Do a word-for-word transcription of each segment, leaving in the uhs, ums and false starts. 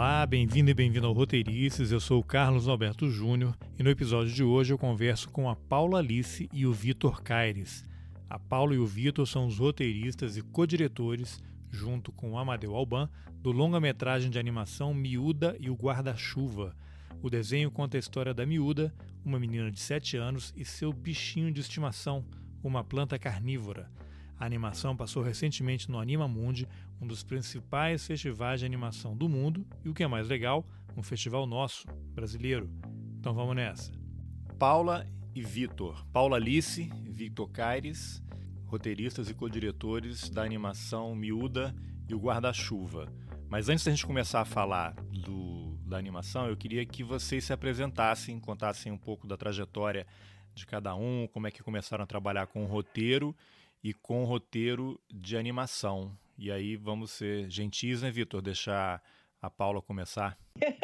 Olá, bem-vindo e bem-vindo ao Roteiristas, eu sou o Carlos Alberto Júnior e no episódio de hoje eu converso com a Paula Alice e o Vitor Caires. A Paula e o Vitor são os roteiristas e co-diretores, junto com o Amadeu Alban, do longa-metragem de animação Miúda e o Guarda-Chuva. O desenho conta a história da Miúda, uma menina de sete anos, e seu bichinho de estimação, uma planta carnívora. A animação passou recentemente no Animamundi, um dos principais festivais de animação do mundo, e o que é mais legal, um festival nosso, brasileiro. Então vamos nessa. Paula e Vitor. Paula Alice, Vitor Caires, roteiristas e co-diretores da animação Miúda e o Guarda-Chuva. Mas antes da gente começar a falar do, da animação, eu queria que vocês se apresentassem, contassem um pouco da trajetória de cada um, como é que começaram a trabalhar com o roteiro e com o roteiro de animação. E aí vamos ser gentis, né, Vitor? Deixar a Paula começar.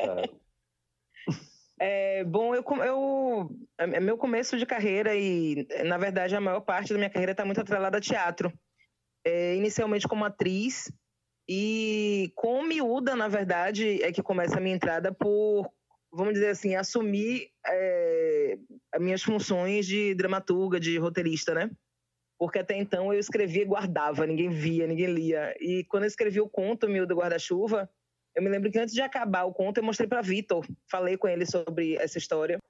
É, bom, eu, eu, é meu começo de carreira e, na verdade, a maior parte da minha carreira está muito atrelada a teatro. É, inicialmente como atriz e com Miúda, na verdade, é que começa a minha entrada por, vamos dizer assim, assumir é, as minhas funções de dramaturga, de roteirista, né? Porque até então eu escrevia e guardava, ninguém via, ninguém lia. E quando eu escrevi o conto Miúda Guarda-Chuva, eu me lembro que antes de acabar o conto eu mostrei para Vitor, falei com ele sobre essa história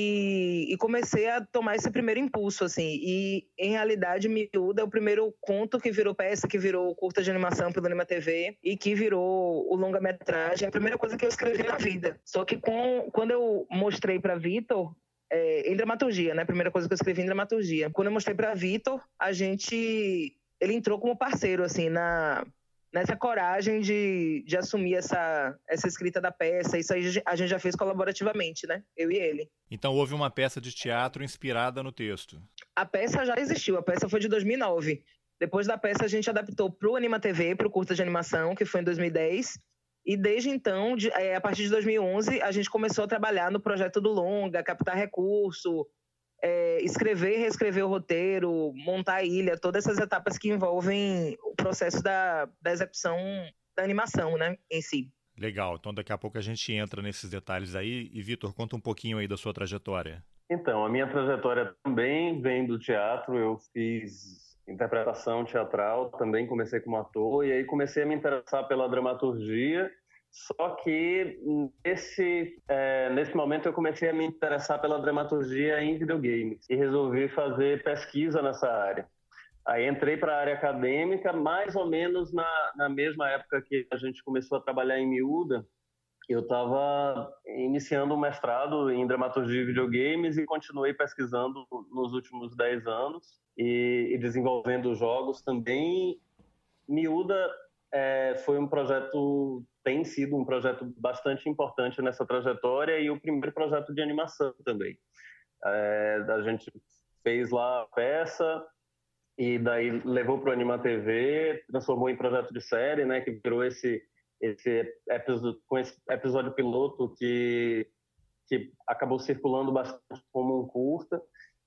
e, e comecei a tomar esse primeiro impulso, assim. E, em realidade, Miúda é o primeiro conto que virou peça, que virou curta de animação pelo Anima T V e que virou o longa-metragem, a primeira coisa que eu escrevi na vida. Só que com, quando eu mostrei para Vitor, É, em dramaturgia, né? Primeira coisa que eu escrevi em dramaturgia. Quando eu mostrei para Vitor, a gente... Ele entrou como parceiro, assim, na, nessa coragem de, de assumir essa, essa escrita da peça. Isso aí a gente já fez colaborativamente, né? Eu e ele. Então houve uma peça de teatro inspirada no texto. A peça já existiu. A peça foi de dois mil e nove. Depois da peça, a gente adaptou pro Anima T V, pro curta de animação, que foi em dois mil e dez. E desde então, de, é, a partir de dois mil e onze, a gente começou a trabalhar no projeto do longa, captar recurso, é, escrever e reescrever o roteiro, montar a ilha, todas essas etapas que envolvem o processo da, da execução da animação, né, em si. Legal, então daqui a pouco a gente entra nesses detalhes aí. E Vitor, conta um pouquinho aí da sua trajetória. Então, a minha trajetória também vem do teatro. Eu fiz interpretação teatral, também comecei como ator, e aí comecei a me interessar pela dramaturgia, só que nesse, é, nesse momento eu comecei a me interessar pela dramaturgia em videogames, e resolvi fazer pesquisa nessa área. Aí entrei para a área acadêmica, mais ou menos na, na mesma época que a gente começou a trabalhar em Miúda. Eu estava iniciando um mestrado em dramaturgia de videogames e continuei pesquisando nos últimos dez anos e, e desenvolvendo jogos também. Miúda é, foi um projeto, tem sido um projeto bastante importante nessa trajetória e o primeiro projeto de animação também. É, a gente fez lá a peça e daí levou para o Anima T V, transformou em projeto de série, né, que virou esse... esse episódio, com esse episódio piloto que, que acabou circulando bastante como um curta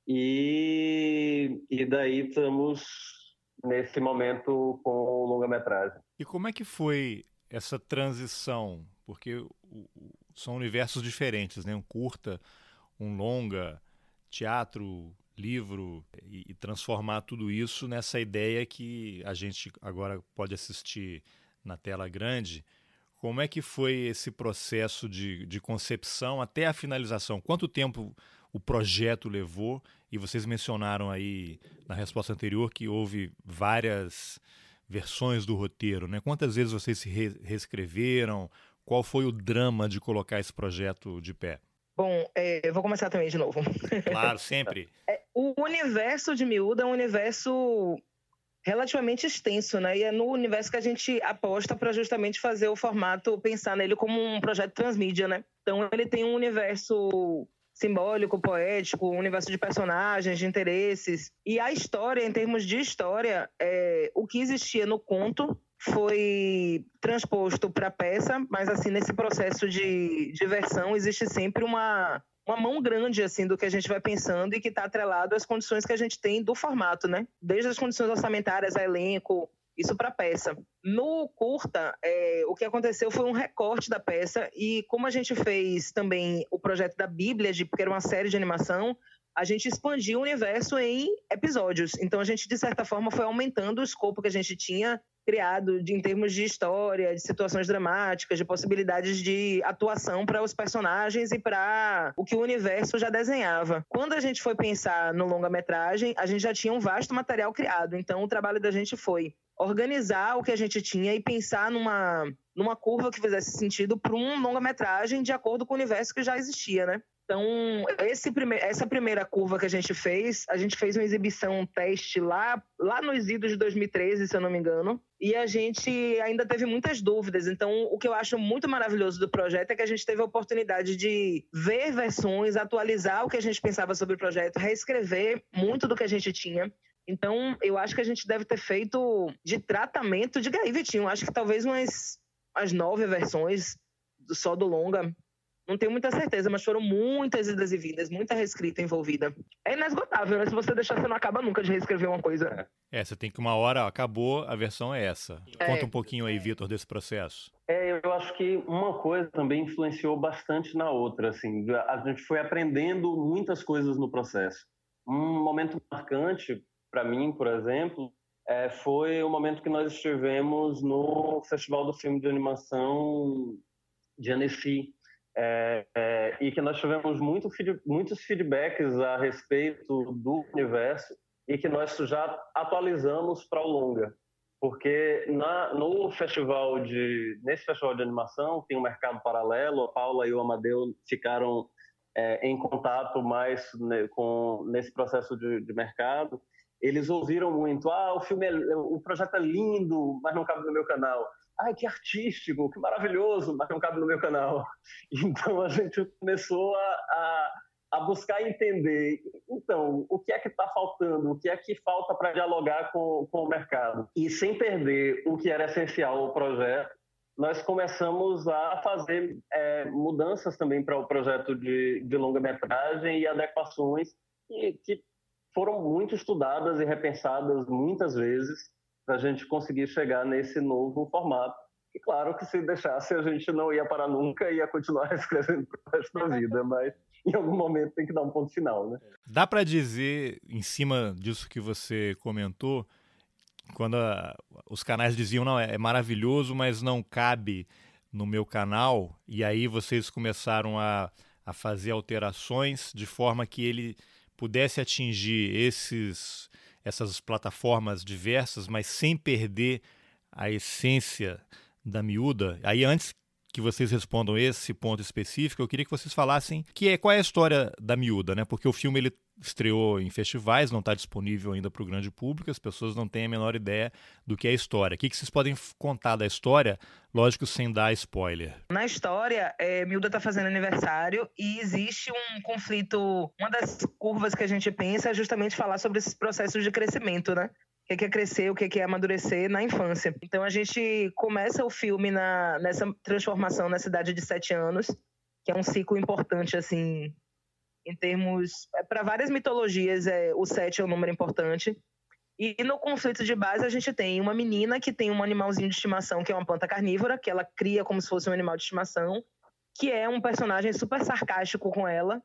e, e daí estamos nesse momento com o longa-metragem. E como é que foi essa transição? Porque o, o, são universos diferentes, né? Um curta, um longa, teatro, livro, e, e transformar tudo isso nessa ideia que a gente agora pode assistir na tela grande. Como é que foi esse processo de, de concepção até a finalização? Quanto tempo o projeto levou? E vocês mencionaram aí na resposta anterior que houve várias versões do roteiro, né? Quantas vezes vocês se re- reescreveram? Qual foi o drama de colocar esse projeto de pé? Bom, é, eu vou começar também de novo. Claro, sempre. É, o universo de Miúda é um universo relativamente extenso, né? E é no universo que a gente aposta para justamente fazer o formato, pensar nele como um projeto transmídia, né? Então ele tem um universo simbólico, poético, um universo de personagens, de interesses. E a história, em termos de história, é, o que existia no conto foi transposto para a peça, mas assim, nesse processo de, de versão existe sempre uma... uma mão grande, assim, do que a gente vai pensando e que está atrelado às condições que a gente tem do formato, né? Desde as condições orçamentárias a elenco, isso para a peça. No curta, é, o que aconteceu foi um recorte da peça, e como a gente fez também o projeto da Bíblia, de, porque era uma série de animação, a gente expandiu o universo em episódios. Então a gente, de certa forma, foi aumentando o escopo que a gente tinha criado de, em termos de história, de situações dramáticas, de possibilidades de atuação para os personagens e para o que o universo já desenhava. Quando a gente foi pensar no longa-metragem, a gente já tinha um vasto material criado. Então o trabalho da gente foi organizar o que a gente tinha e pensar numa, numa curva que fizesse sentido para um longa-metragem de acordo com o universo que já existia, né? Então, esse prime- essa primeira curva que a gente fez, a gente fez uma exibição, um teste lá, lá nos idos de dois mil e treze, se eu não me engano, e a gente ainda teve muitas dúvidas. Então, o que eu acho muito maravilhoso do projeto é que a gente teve a oportunidade de ver versões, atualizar o que a gente pensava sobre o projeto, reescrever muito do que a gente tinha. Então, eu acho que a gente deve ter feito de tratamento de Gaí Vitinho. Acho que talvez umas, umas nove versões só do longa. Não tenho muita certeza, mas foram muitas idas e vindas, muita reescrita envolvida. É inesgotável, né? Se você deixar, você não acaba nunca de reescrever uma coisa. É, você tem que uma hora, ó, acabou, a versão é essa. É. Conta um pouquinho aí, Vitor, desse processo. É, eu acho que uma coisa também influenciou bastante na outra, assim. A gente foi aprendendo muitas coisas no processo. Um momento marcante, para mim, por exemplo, é, foi o momento que nós estivemos no Festival do Filme de Animação de Annecy. É, é, e que nós tivemos muito, muitos feedbacks a respeito do universo e que nós já atualizamos para o longa, porque na, no festival de nesse festival de animação tem um mercado paralelo. A Paula e o Amadeu ficaram é, em contato mais né, com nesse processo de, de mercado. Eles ouviram muito: ah, o filme, é, o projeto é lindo, mas não cabe no meu canal. Ai, que artístico, que maravilhoso, mas não cabe no meu canal. Então a gente começou a, a, a buscar entender, então, o que é que está faltando, o que é que falta para dialogar com, com o mercado. E sem perder o que era essencial ao projeto, nós começamos a fazer é, mudanças também para o projeto de, de longa-metragem e adequações que, que foram muito estudadas e repensadas muitas vezes, para a gente conseguir chegar nesse novo formato. E claro que se deixasse, a gente não ia parar nunca e ia continuar escrevendo para o resto da vida, mas em algum momento tem que dar um ponto final, né? Dá para dizer, em cima disso que você comentou, quando a, os canais diziam, não, é, é maravilhoso, mas não cabe no meu canal, e aí vocês começaram a, a fazer alterações de forma que ele pudesse atingir esses... essas plataformas diversas, mas sem perder a essência da Miúda. Aí, antes que vocês respondam esse ponto específico, eu queria que vocês falassem que é, qual é a história da Miúda, né? Porque o filme ele estreou em festivais, não está disponível ainda para o grande público, as pessoas não têm a menor ideia do que é a história. O que, que vocês podem contar da história, lógico, sem dar spoiler? Na história, é, Miúda está fazendo aniversário e existe um conflito. Uma das curvas que a gente pensa é justamente falar sobre esses processos de crescimento, né? O que é crescer, o que é amadurecer na infância. Então a gente começa o filme na, nessa transformação nessa idade de sete anos, que é um ciclo importante, assim, em termos... Para várias mitologias, é, o sete é um número importante. E no conflito de base, a gente tem uma menina que tem um animalzinho de estimação, que é uma planta carnívora, que ela cria como se fosse um animal de estimação, que é um personagem super sarcástico com ela.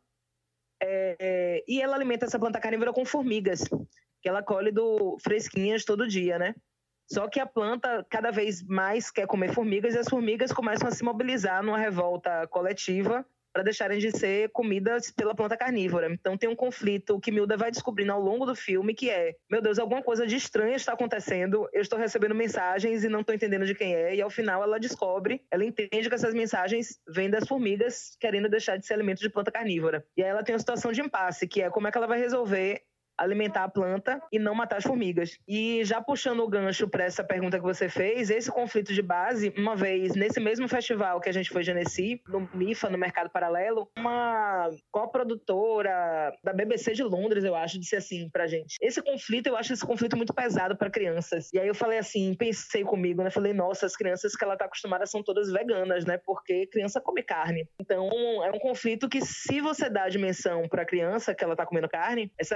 É, é, e ela alimenta essa planta carnívora com formigas, que ela colhe do, fresquinhas todo dia, né? Só que a planta cada vez mais quer comer formigas e as formigas começam a se mobilizar numa revolta coletiva para deixarem de ser comidas pela planta carnívora. Então tem um conflito que Miúda vai descobrindo ao longo do filme, que é, meu Deus, alguma coisa de estranha está acontecendo, eu estou recebendo mensagens e não estou entendendo de quem é, e ao final ela descobre, ela entende que essas mensagens vêm das formigas querendo deixar de ser alimento de planta carnívora. E aí ela tem uma situação de impasse, que é como é que ela vai resolver alimentar a planta e não matar as formigas. E já puxando o gancho para essa pergunta que você fez, esse conflito de base, uma vez, nesse mesmo festival que a gente foi de Annecy, no M I F A, no Mercado Paralelo, uma coprodutora da B B C de Londres, eu acho, disse assim pra gente: esse conflito, eu acho esse conflito muito pesado para crianças. E aí eu falei assim, pensei comigo, né? Falei, nossa, as crianças que ela tá acostumada são todas veganas, né? Porque criança come carne. Então, é um conflito que, se você dá a dimensão pra criança que ela tá comendo carne, essa, essa dimensão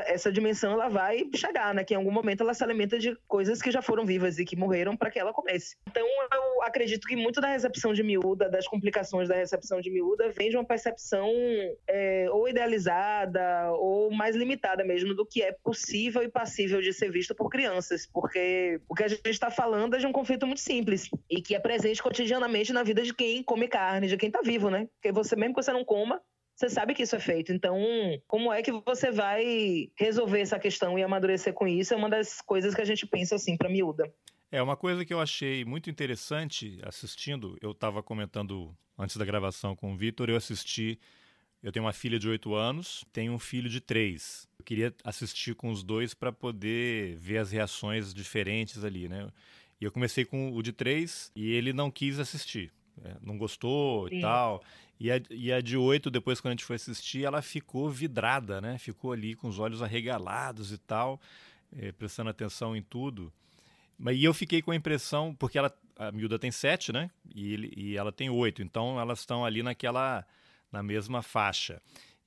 dimensão ela vai chegar, né? Que em algum momento ela se alimenta de coisas que já foram vivas e que morreram para que ela comece. Então eu acredito que muito da recepção de miúda, das complicações da recepção de miúda, vem de uma percepção é, ou idealizada ou mais limitada mesmo do que é possível e passível de ser visto por crianças, porque o que a gente está falando é de um conflito muito simples e que é presente cotidianamente na vida de quem come carne, de quem está vivo, né? Porque você, mesmo que você não coma, você sabe que isso é feito. Então, como é que você vai resolver essa questão e amadurecer com isso? É uma das coisas que a gente pensa assim para miúda. É, uma coisa que eu achei muito interessante assistindo, eu estava comentando antes da gravação com o Vitor, eu assisti, eu tenho uma filha de oito anos, tenho um filho de três. Eu queria assistir com os dois para poder ver as reações diferentes ali, né? E eu comecei com o de três e ele não quis assistir, não gostou Sim. e tal. E a, e a de oito, depois quando a gente foi assistir, ela ficou vidrada, né? Ficou ali com os olhos arregalados e tal, é, prestando atenção em tudo. Mas e eu fiquei com a impressão, porque ela, a miúda tem sete, né? E, ele, e ela tem oito, então elas estão ali naquela, na mesma faixa.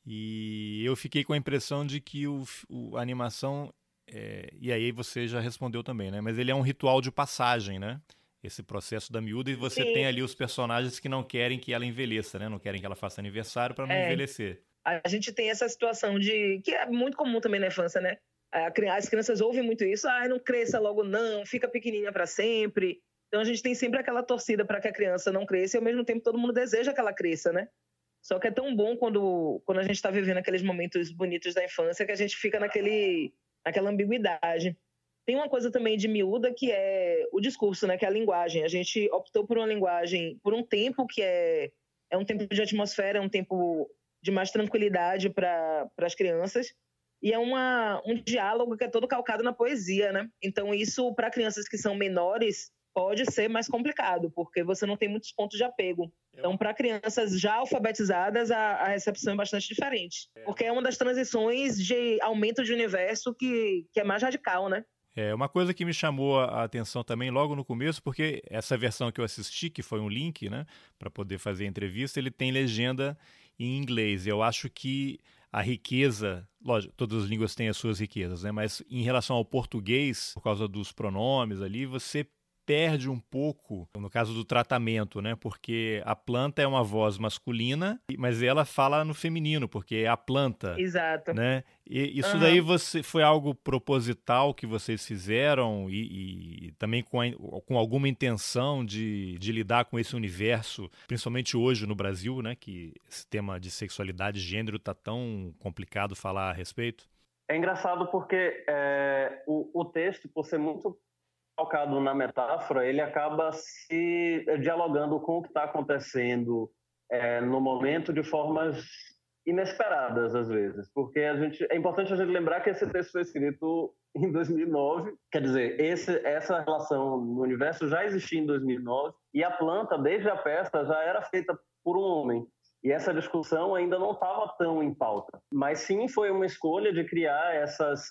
E eu fiquei com a impressão de que o, o, a animação, é, e aí você já respondeu também, né? Mas ele é um ritual de passagem, né? Esse processo da miúda, e você Sim. tem ali os personagens que não querem que ela envelheça, né? Não querem que ela faça aniversário para não é. envelhecer. A gente tem essa situação de... que é muito comum também na infância, né? As crianças ouvem muito isso. Ah, não cresça logo não, fica pequenininha para sempre. Então a gente tem sempre aquela torcida para que a criança não cresça e ao mesmo tempo todo mundo deseja que ela cresça, né? Só que é tão bom quando, quando a gente está vivendo aqueles momentos bonitos da infância que a gente fica naquele, naquela ambiguidade. Tem uma coisa também de miúda que é o discurso, né? Que é a linguagem. A gente optou por uma linguagem, por um tempo que é, é um tempo de atmosfera, é um tempo de mais tranquilidade para as crianças. E é uma, um diálogo que é todo calcado na poesia, né? Então isso, para crianças que são menores, pode ser mais complicado, porque você não tem muitos pontos de apego. Então, para crianças já alfabetizadas, a, a recepção é bastante diferente. Porque é uma das transições de aumento de universo que, que é mais radical, né? É, uma coisa que me chamou a atenção também logo no começo, porque essa versão que eu assisti, que foi um link, né, para poder fazer a entrevista, ele tem legenda em inglês. Eu acho que a riqueza, lógico, todas as línguas têm as suas riquezas, né, mas em relação ao português, por causa dos pronomes ali, você perde um pouco, no caso do tratamento, né? Porque a planta é uma voz masculina, mas ela fala no feminino, porque é a planta. Exato. Né? E isso uhum. daí você, foi algo proposital que vocês fizeram e, e também com, a, com alguma intenção de, de lidar com esse universo, principalmente hoje no Brasil, né? Que esse tema de sexualidade e gênero está tão complicado falar a respeito? É engraçado porque é, o, o texto, por ser muito focado na metáfora, ele acaba se dialogando com o que está acontecendo é, no momento de formas inesperadas, às vezes. Porque a gente, é importante a gente lembrar que esse texto foi escrito em dois mil e nove, quer dizer, esse, essa relação no universo já existia em dois mil e nove, e a planta, desde a peça, já era feita por um homem. E essa discussão ainda não estava tão em pauta. Mas sim foi uma escolha de criar essas,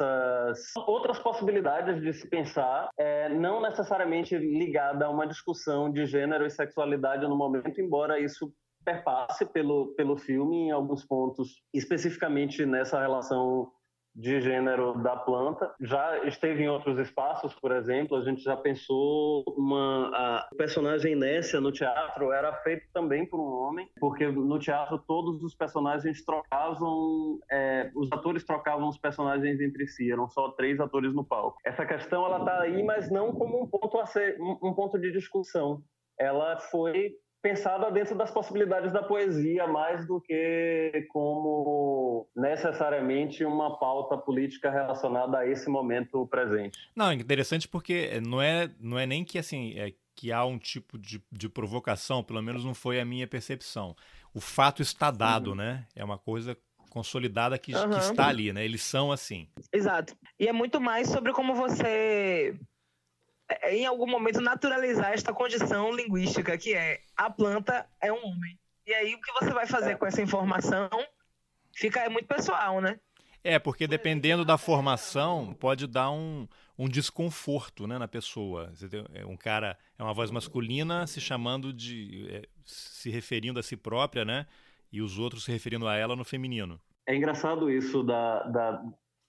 essas outras possibilidades de se pensar, é, não necessariamente ligada a uma discussão de gênero e sexualidade no momento, embora isso perpasse pelo, pelo filme em alguns pontos, especificamente nessa relação de gênero da planta. Já esteve em outros espaços, por exemplo, a gente já pensou uma... A, o personagem Nécia no teatro era feito também por um homem, porque no teatro todos os personagens trocavam, é, os atores trocavam os personagens entre si, eram só três atores no palco. Essa questão, ela está aí, mas não como um ponto, a ser, um, um ponto de discussão. Ela foi pensada dentro das possibilidades da poesia, mais do que como necessariamente uma pauta política relacionada a esse momento presente. Não, é interessante porque não é, não é nem que, assim, é que há um tipo de, de provocação, pelo menos não foi a minha percepção. O fato está dado, uhum. né? É uma coisa consolidada que, uhum. que está ali, né? Eles são assim. Exato. E é muito mais sobre como você... em algum momento naturalizar esta condição linguística que é a planta é um homem. E aí o que você vai fazer com essa informação fica é muito pessoal, né? É, porque dependendo da formação pode dar um, um desconforto, né, na pessoa. Um cara é uma voz masculina se chamando de... É, se referindo a si própria, né? E os outros se referindo a ela no feminino. É engraçado isso da... da...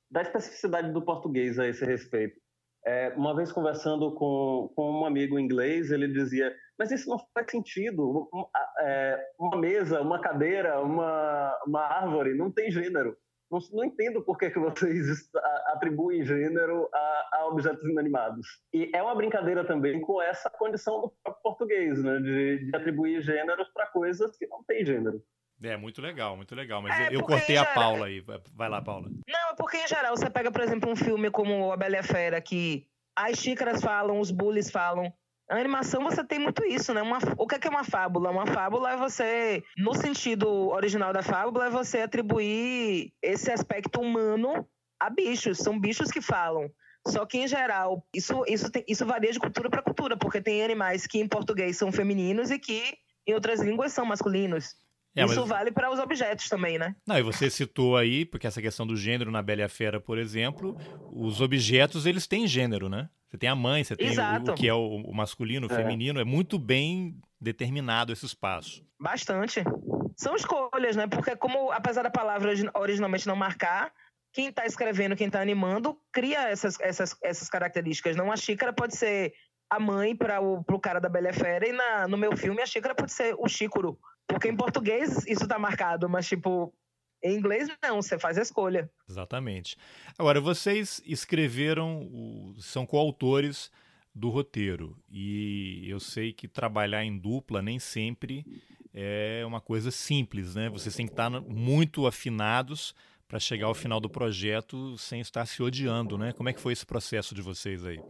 da especificidade do português a esse respeito. É, uma vez conversando com, com um amigo inglês, ele dizia, mas isso não faz sentido. É, uma mesa, uma cadeira, uma, uma árvore, não tem gênero. Não, não entendo por que, que vocês atribuem gênero a, a objetos inanimados. E é uma brincadeira também com essa condição do próprio português, né? de, de atribuir gêneros para coisas que não têm gênero. É, muito legal, muito legal. Mas é, eu cortei a geral... Paula aí. Vai lá, Paula. Não, é porque em geral você pega, por exemplo, um filme como A Bela e a Fera, que as xícaras falam, os bullies falam. A animação você tem muito isso, né? Uma... O que é, que é uma fábula? Uma fábula é você, no sentido original da fábula, é você atribuir esse aspecto humano a bichos. São bichos que falam. Só que, em geral, isso, isso, tem, isso varia de cultura para cultura, porque tem animais que em português são femininos e que em outras línguas são masculinos. É, Isso mas... vale para os objetos também, né? Não, e você citou aí, porque essa questão do gênero na Bela e a Fera, por exemplo, os objetos, eles têm gênero, né? Você tem a mãe, você tem o, o que é o, o masculino, o é. feminino, é muito bem determinado esse espaço. Bastante. São escolhas, né? Porque como, apesar da palavra originalmente não marcar, quem está escrevendo, quem está animando, cria essas, essas, essas características. Não, a xícara pode ser a mãe para o pro cara da Bela e a Fera, e na, no meu filme a xícara pode ser o xícoro. Porque em português isso tá marcado, mas tipo, em inglês não, você faz a escolha. Exatamente. Agora, vocês escreveram, são coautores do roteiro, e eu sei que trabalhar em dupla nem sempre é uma coisa simples, né? Vocês têm que estar muito afinados para chegar ao final do projeto sem estar se odiando, né? Como é que foi esse processo de vocês aí?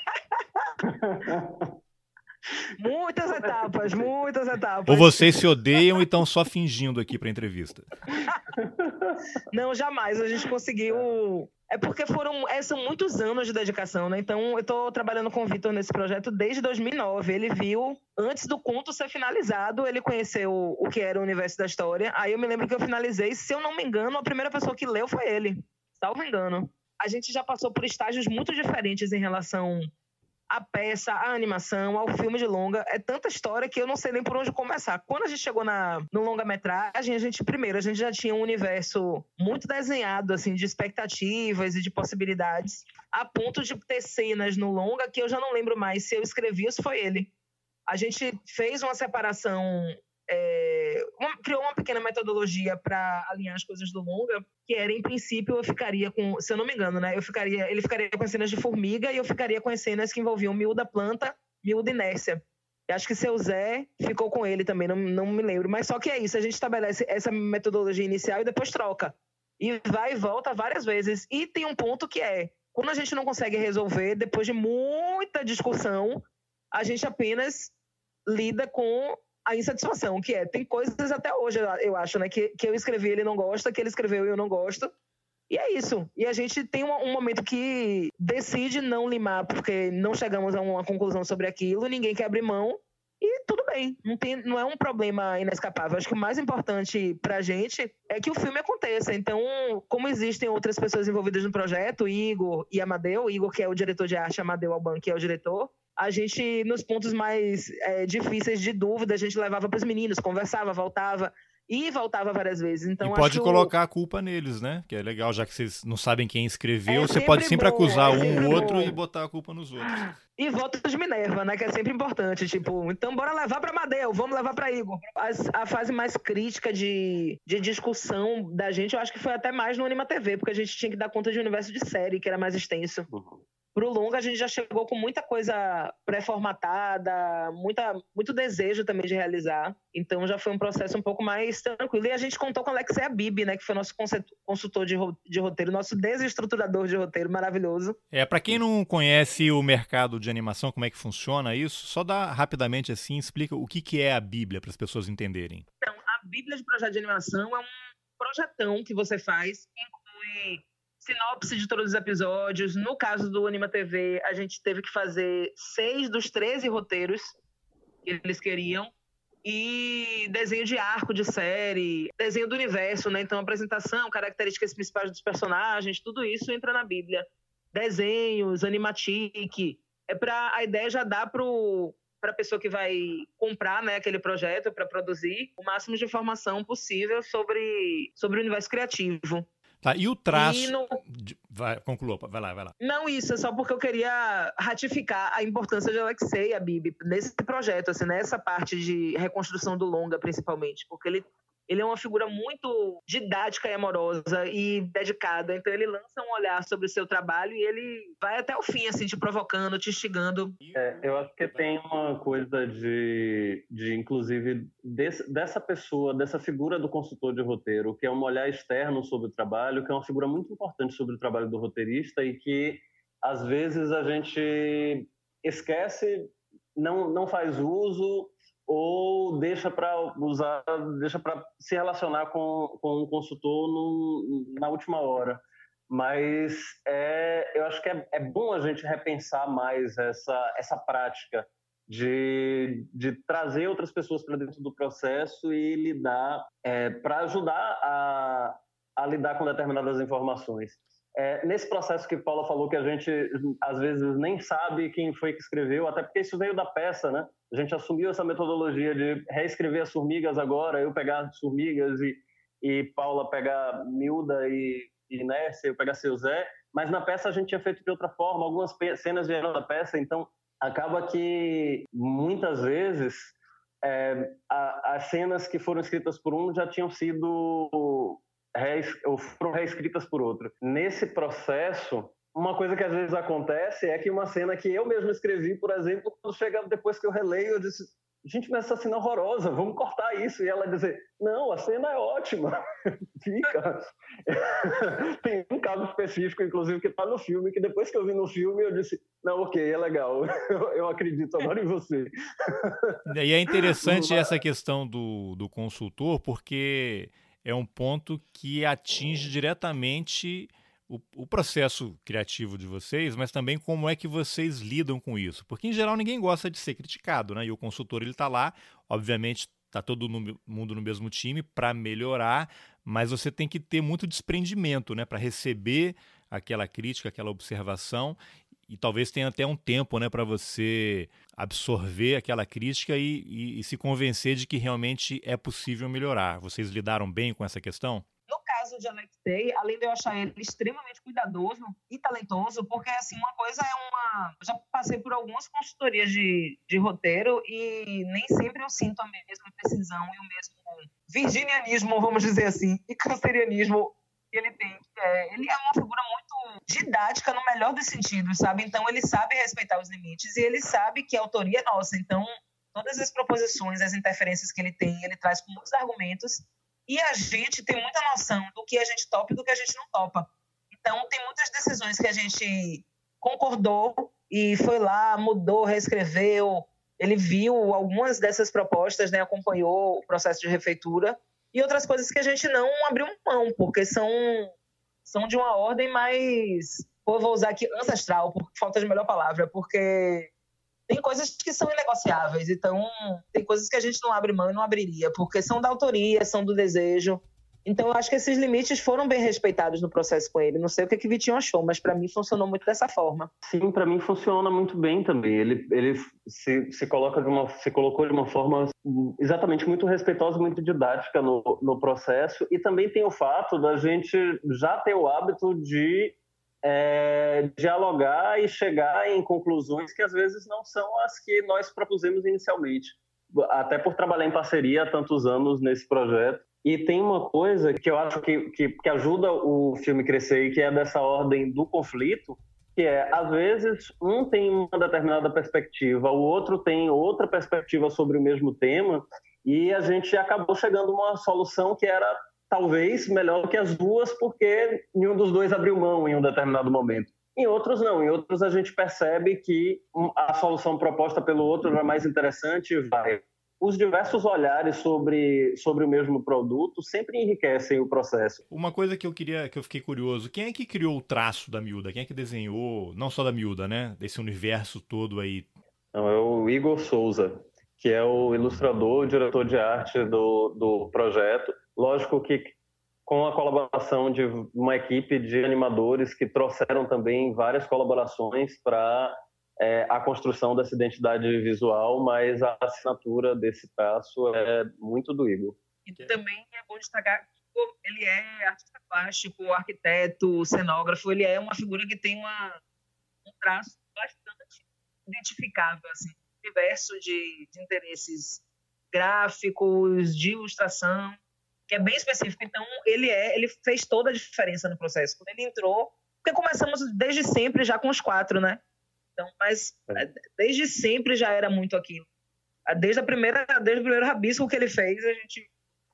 Muitas etapas, muitas etapas. Ou vocês se odeiam e estão só fingindo aqui para a entrevista? Não, jamais. A gente conseguiu... É porque foram, é, são muitos anos de dedicação, né? Então, eu estou trabalhando com o Vitor nesse projeto desde dois mil e nove. Ele viu, antes do conto ser finalizado, ele conheceu o que era o universo da história. Aí eu me lembro que eu finalizei. Se eu não me engano, a primeira pessoa que leu foi ele. Salvo engano. A gente já passou por estágios muito diferentes em relação... a peça, a animação, ao filme de longa, é tanta história que eu não sei nem por onde começar. Quando a gente chegou na, no longa-metragem, a gente, primeiro, a gente já tinha um universo muito desenhado, assim, de expectativas e de possibilidades, a ponto de ter cenas no longa que eu já não lembro mais se eu escrevi ou se foi ele. A gente fez uma separação... É, uma, criou uma pequena metodologia para alinhar as coisas do longa, que era, em princípio, eu ficaria com, se eu não me engano, né, eu ficaria, ele ficaria com as cenas de formiga e eu ficaria com as cenas que envolviam miúda planta, miúda inércia. Eu acho que seu Zé ficou com ele também, não, não me lembro, mas só que é isso, a gente estabelece essa metodologia inicial e depois troca. E vai e volta várias vezes. E tem um ponto que é, quando a gente não consegue resolver, depois de muita discussão, a gente apenas lida com a insatisfação, que é, tem coisas até hoje, eu acho, né, que, que eu escrevi e ele não gosta, que ele escreveu e eu não gosto, e é isso. E a gente tem um, um momento que decide não limar, porque não chegamos a uma conclusão sobre aquilo, ninguém quer abrir mão, e tudo bem, não, tem, não é um problema inescapável. Acho que o mais importante pra gente é que o filme aconteça. Então, como existem outras pessoas envolvidas no projeto, Igor e Amadeu, Igor que é o diretor de arte, Amadeu Alban que é o diretor, a gente, nos pontos mais é, difíceis de dúvida, a gente levava para os meninos, conversava, voltava e voltava várias vezes. Então, e pode acho colocar o... a culpa neles, né? Que é legal, já que vocês não sabem quem escreveu, é você pode sempre bom, acusar é um ou outro bom. E botar a culpa nos outros. E votos de Minerva, né? Que é sempre importante. Tipo, então bora levar para Amadeu, vamos levar para Igor. As, a fase mais crítica de, de discussão da gente, eu acho que foi até mais no Anima T V, porque a gente tinha que dar conta de um universo de série, que era mais extenso. Pro longa, a gente já chegou com muita coisa pré-formatada, muita, muito desejo também de realizar. Então, já foi um processo um pouco mais tranquilo. E a gente contou com o Alexei Abib, né, que foi nosso consultor de, de roteiro, nosso desestruturador de roteiro maravilhoso. É, para quem não conhece o mercado de animação, como é que funciona isso, só dá rapidamente assim, explica o que, que é a Bíblia, para as pessoas entenderem. Então, a Bíblia de projeto de animação é um projetão que você faz, que inclui sinopse de todos os episódios. No caso do Anima T V, a gente teve que fazer seis dos treze roteiros que eles queriam. E desenho de arco de série, desenho do universo, né? Então, apresentação, características principais dos personagens, tudo isso entra na Bíblia. Desenhos, animatic. É pra, a ideia já dá para a pessoa que vai comprar, né, aquele projeto, para produzir, o máximo de informação possível sobre, sobre o universo criativo. Tá, e o traço... E no... de... vai, conclua, vai lá, vai lá. Não, isso, é só porque eu queria ratificar a importância de Alexei Habib nesse projeto, assim, nessa parte de reconstrução do longa, principalmente, porque ele, ele é uma figura muito didática e amorosa e dedicada, então ele lança um olhar sobre o seu trabalho e ele vai até o fim, assim, te provocando, te instigando. É, eu acho que tem uma coisa de, de inclusive, desse, dessa pessoa, dessa figura do consultor de roteiro, que é um olhar externo sobre o trabalho, que é uma figura muito importante sobre o trabalho do roteirista e que, às vezes, a gente esquece, não, não faz uso ou deixa para usar, deixa para se relacionar com, com um consultor no, na última hora. Mas é, eu acho que é, é bom a gente repensar mais essa, essa prática de, de trazer outras pessoas para dentro do processo e lidar, é, para ajudar a, a lidar com determinadas informações. É, nesse processo que Paula falou, que a gente às vezes nem sabe quem foi que escreveu, até porque isso veio da peça, né? A gente assumiu essa metodologia de reescrever as formigas agora, eu pegar as formigas e, e Paula pegar Milda e, e Inércia, eu pegar seu Zé, mas na peça a gente tinha feito de outra forma, algumas cenas vieram da peça, então acaba que muitas vezes é, a, as cenas que foram escritas por um já tinham sido rees, ou foram reescritas por outro. Nesse processo, uma coisa que às vezes acontece é que uma cena que eu mesmo escrevi, por exemplo, quando chega depois que eu releio, eu disse, gente, mas essa cena é horrorosa, vamos cortar isso. E ela dizer, não, a cena é ótima, fica. Tem um caso específico, inclusive, que está no filme, que depois que eu vi no filme, eu disse, não, ok, é legal, eu acredito agora em você. E é interessante essa questão do, do consultor, porque é um ponto que atinge diretamente O, o processo criativo de vocês, mas também como é que vocês lidam com isso. Porque, em geral, ninguém gosta de ser criticado, né? E o consultor, ele está lá, obviamente, está todo no, mundo no mesmo time para melhorar, mas você tem que ter muito desprendimento, né? Para receber aquela crítica, aquela observação, e talvez tenha até um tempo, né? Para você absorver aquela crítica e, e, e se convencer de que realmente é possível melhorar. Vocês lidaram bem com essa questão? caso de Alexei, além de eu achar ele extremamente cuidadoso e talentoso, porque, assim, uma coisa é uma... Eu já passei por algumas consultorias de, de roteiro e nem sempre eu sinto a mesma precisão e o mesmo virginianismo, vamos dizer assim, e cancerianismo que ele tem. É, ele é uma figura muito didática no melhor dos sentidos, sabe? Então, ele sabe respeitar os limites e ele sabe que a autoria é nossa. Então, todas as proposições, as interferências que ele tem, ele traz com muitos argumentos. E a gente tem muita noção do que a gente topa e do que a gente não topa. Então, tem muitas decisões que a gente concordou e foi lá, mudou, reescreveu. Ele viu algumas dessas propostas, né, acompanhou o processo de refeitura. E outras coisas que a gente não abriu mão, porque são, são de uma ordem mais... Eu vou usar aqui ancestral, por falta de melhor palavra, porque... Tem coisas que são inegociáveis, então tem coisas que a gente não abre mão e não abriria, porque são da autoria, são do desejo. Então eu acho que esses limites foram bem respeitados no processo com ele. Não sei o que, que o Vitinho achou, mas para mim funcionou muito dessa forma. Sim, para mim funciona muito bem também. Ele, ele se, se, coloca de uma, se colocou de uma forma exatamente muito respeitosa, muito didática no, no processo. E também tem o fato da gente já ter o hábito de... É, dialogar e chegar em conclusões que às vezes não são as que nós propusemos inicialmente, até por trabalhar em parceria há tantos anos nesse projeto. E tem uma coisa que eu acho que, que, que ajuda o filme a crescer e que é dessa ordem do conflito, que é, às vezes, um tem uma determinada perspectiva, o outro tem outra perspectiva sobre o mesmo tema, e a gente acabou chegando a uma solução que era talvez melhor que as duas, porque nenhum dos dois abriu mão em um determinado momento. Em outros, não. Em outros, a gente percebe que a solução proposta pelo outro era mais interessante e vai. Os diversos olhares sobre, sobre o mesmo produto sempre enriquecem o processo. Uma coisa que eu queria, que eu fiquei curioso, quem é que criou o traço da Milda? Quem é que desenhou, não só da Milda, né? Desse universo todo aí? Não, é o Igor Souza, que é o ilustrador, o diretor de arte do, do projeto. Lógico que com a colaboração de uma equipe de animadores que trouxeram também várias colaborações para é, a construção dessa identidade visual, mas a assinatura desse traço é muito do Igor. E também é bom destacar ele é artista plástico, arquiteto, cenógrafo, ele é uma figura que tem uma, um traço bastante identificável, assim, diverso de, de interesses gráficos, de ilustração, que é bem específico. Então, ele, é, ele fez toda a diferença no processo. Quando ele entrou, porque começamos desde sempre já com os quatro, né? Então, mas desde sempre já era muito aquilo. Desde, a primeira, desde o primeiro rabisco que ele fez, a gente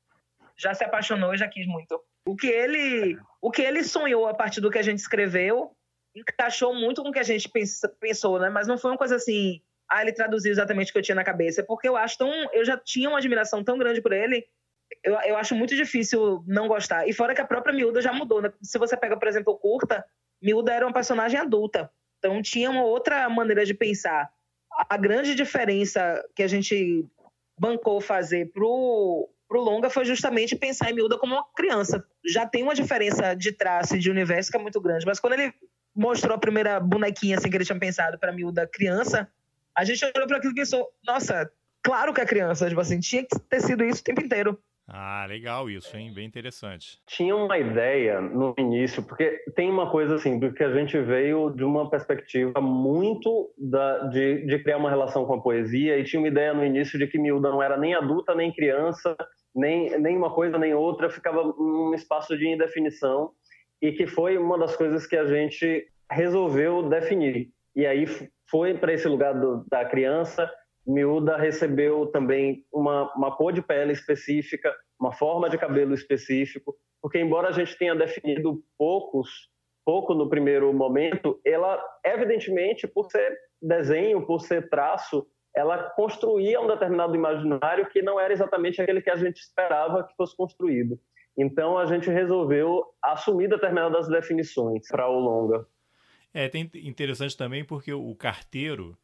já se apaixonou e já quis muito. O que, ele, o que ele sonhou a partir do que a gente escreveu encaixou muito com o que a gente pensou, né? Mas não foi uma coisa assim, ah, ele traduziu exatamente o que eu tinha na cabeça, porque eu acho tão, eu já tinha uma admiração tão grande por ele, eu, eu acho muito difícil não gostar. E fora que a própria Miúda já mudou, né? Se você pega, por exemplo, o Curta, Miúda era uma personagem adulta, então tinha uma outra maneira de pensar. A grande diferença que a gente bancou fazer pro, pro longa foi justamente pensar em Miúda como uma criança. Já tem uma diferença de traço e de universo que é muito grande, mas quando ele mostrou a primeira bonequinha assim, que ele tinha pensado para Miúda criança, a gente olhou para aquilo e pensou, nossa, claro que é criança, tipo assim, tinha que ter sido isso o tempo inteiro. Ah, legal isso, hein? Bem interessante. Tinha uma ideia no início, porque tem uma coisa assim, do que a gente veio de uma perspectiva muito da, de, de criar uma relação com a poesia, e tinha uma ideia no início de que Miúda não era nem adulta, nem criança, nem, nem uma coisa nem outra, ficava num espaço de indefinição, e que foi uma das coisas que a gente resolveu definir. E aí foi para esse lugar do, da criança. Miúda recebeu também uma, uma cor de pele específica, uma forma de cabelo específico, porque embora a gente tenha definido poucos, pouco no primeiro momento, ela, evidentemente, por ser desenho, por ser traço, ela construía um determinado imaginário que não era exatamente aquele que a gente esperava que fosse construído. Então, a gente resolveu assumir determinadas definições para o longa. É tem interessante também porque o carteiro,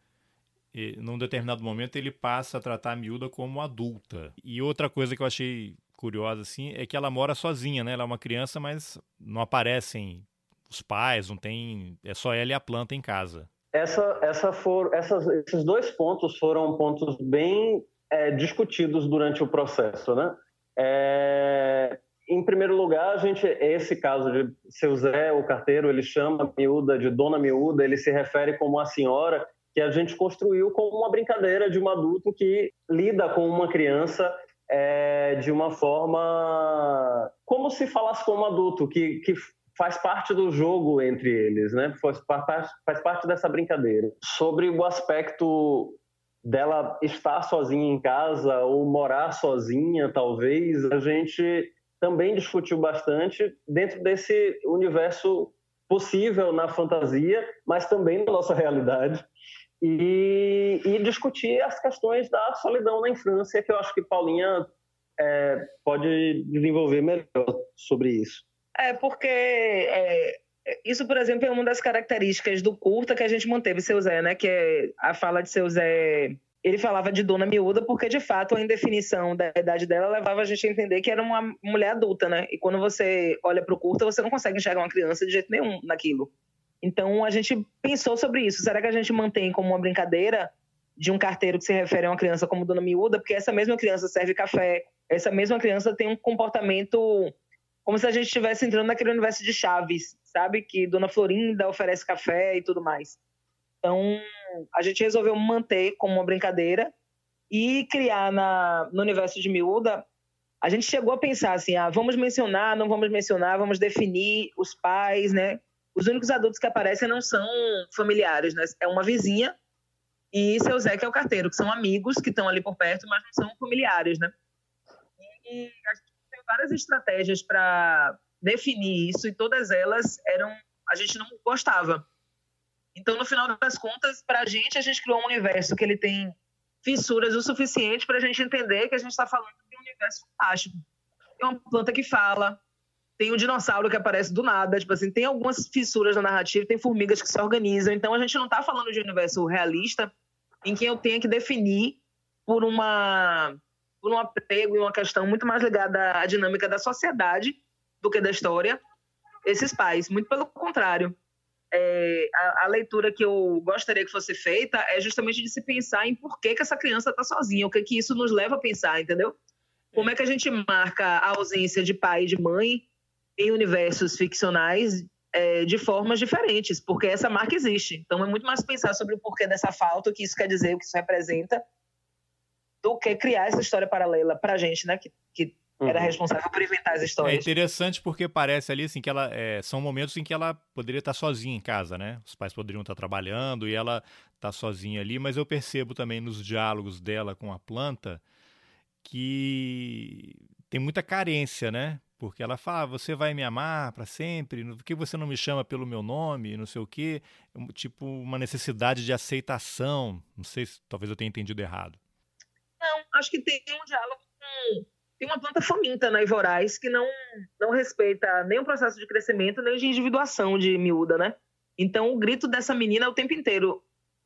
num determinado momento, ele passa a tratar a Miúda como adulta. E outra coisa que eu achei curiosa assim é que ela mora sozinha, né? Ela é uma criança, mas não aparecem os pais, não tem, é só ela e a planta em casa. Essa, essa for, essas, esses dois pontos foram pontos bem é, discutidos durante o processo, né? É, em primeiro lugar, a gente, esse caso de Seu Zé, o carteiro, ele chama a Miúda de Dona Miúda, ele se refere como a senhora, que a gente construiu como uma brincadeira de um adulto que lida com uma criança é, de uma forma como se falasse com um adulto, que, que faz parte do jogo entre eles, né? Faz, faz parte dessa brincadeira. Sobre o aspecto dela estar sozinha em casa ou morar sozinha, talvez, a gente também discutiu bastante dentro desse universo possível na fantasia, mas também na nossa realidade. E, e discutir as questões da solidão na infância, que eu acho que Paulinha é, pode desenvolver melhor sobre isso. É, porque é, isso, por exemplo, é uma das características do curta que a gente manteve, Seu Zé, né? Que é a fala de Seu Zé. Ele falava de Dona Miúda porque, de fato, a indefinição da idade dela levava a gente a entender que era uma mulher adulta, né? E quando você olha para o curta, você não consegue enxergar uma criança de jeito nenhum naquilo. Então, a gente pensou sobre isso. Será que a gente mantém como uma brincadeira de um carteiro que se refere a uma criança como Dona Miúda? Porque essa mesma criança serve café, essa mesma criança tem um comportamento como se a gente estivesse entrando naquele universo de Chaves, sabe? Que Dona Florinda oferece café e tudo mais. Então, a gente resolveu manter como uma brincadeira e criar na, no universo de Miúda. A gente chegou a pensar assim, ah, vamos mencionar, não vamos mencionar, vamos definir os pais, né? Os únicos adultos que aparecem não são familiares, né? É uma vizinha e Seu Zé, que é o carteiro, que são amigos que estão ali por perto, mas não são familiares, né? E a gente tem várias estratégias para definir isso e todas elas eram, a gente não gostava. Então, no final das contas, para a gente, a gente criou um universo que ele tem fissuras o suficiente para a gente entender que a gente está falando de um universo fantástico. Tem uma planta que fala, tem um dinossauro que aparece do nada, tipo assim, tem algumas fissuras na narrativa, tem formigas que se organizam. Então, a gente não está falando de um universo realista em que eu tenha que definir por, uma, por um apego e uma questão muito mais ligada à dinâmica da sociedade do que da história, esses pais. Muito pelo contrário. É, a, a leitura que eu gostaria que fosse feita é justamente de se pensar em por que, que essa criança está sozinha, o que, que isso nos leva a pensar, entendeu? Como é que a gente marca a ausência de pai e de mãe em universos ficcionais é, de formas diferentes? Porque essa marca existe. Então, é muito mais pensar sobre o porquê dessa falta, o que isso quer dizer, o que isso representa, do que criar essa história paralela para a gente, né? Que, que era responsável por inventar as histórias. É interessante porque parece ali assim que ela é, são momentos em que ela poderia estar sozinha em casa, né? Os pais poderiam estar trabalhando e ela está sozinha ali, mas eu percebo também nos diálogos dela com a planta que tem muita carência, né? Porque ela fala, ah, você vai me amar para sempre, por que você não me chama pelo meu nome, não sei o quê, tipo uma necessidade de aceitação. Não sei se talvez eu tenha entendido errado. Não, acho que tem um diálogo com... Tem uma planta faminta na Ivorais que não, não respeita nem o processo de crescimento, nem de individuação de miúda, né? Então, o grito dessa menina é o tempo inteiro.